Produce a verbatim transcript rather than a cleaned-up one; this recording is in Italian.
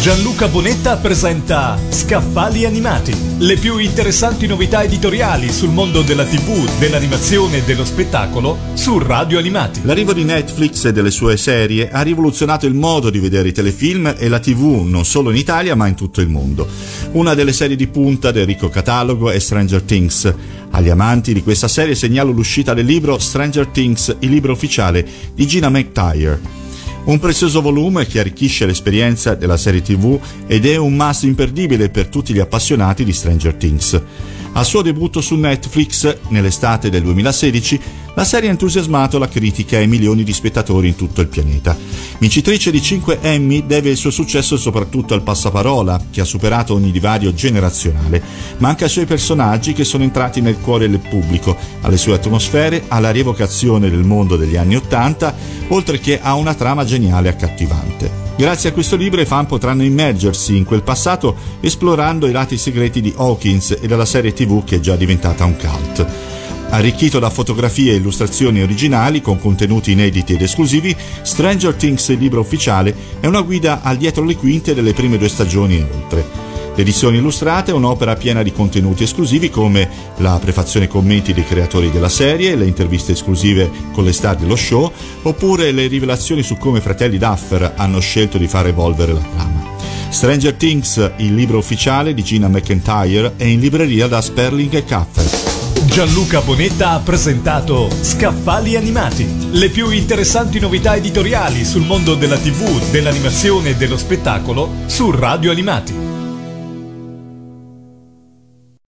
Gianluca Bonetta presenta Scaffali Animati, le più interessanti novità editoriali sul mondo della tivù, dell'animazione e dello spettacolo su Radio Animati. L'arrivo di Netflix e delle sue serie ha rivoluzionato il modo di vedere i telefilm e la tivù non solo in Italia ma in tutto il mondo. Una delle serie di punta del ricco catalogo è Stranger Things. Agli amanti di questa serie segnalo l'uscita del libro Stranger Things, il libro ufficiale di Gina McIntyre. Un prezioso volume che arricchisce l'esperienza della serie tivù ed è un must imperdibile per tutti gli appassionati di Stranger Things. Al suo debutto su Netflix nell'estate del duemilasedici, la serie ha entusiasmato la critica e milioni di spettatori in tutto il pianeta. Vincitrice di cinque Emmy, deve il suo successo soprattutto al passaparola, che ha superato ogni divario generazionale, ma anche ai suoi personaggi che sono entrati nel cuore del pubblico, alle sue atmosfere, alla rievocazione del mondo degli anni Ottanta, oltre che a una trama geniale e accattivante. Grazie a questo libro i fan potranno immergersi in quel passato esplorando i lati segreti di Hawkins e della serie tivù che è già diventata un cult. Arricchito da fotografie e illustrazioni originali con contenuti inediti ed esclusivi, Stranger Things, il libro ufficiale, è una guida al dietro le quinte delle prime due stagioni e oltre. L'edizione illustrata è un'opera piena di contenuti esclusivi come la prefazione e commenti dei creatori della serie, le interviste esclusive con le star dello show, oppure le rivelazioni su come i fratelli Duffer hanno scelto di far evolvere la trama. Stranger Things, il libro ufficiale di Gina McIntyre, è in libreria da Sperling e Caffè. Gianluca Bonetta ha presentato Scaffali Animati, le più interessanti novità editoriali sul mondo della tivù, dell'animazione e dello spettacolo su Radio Animati.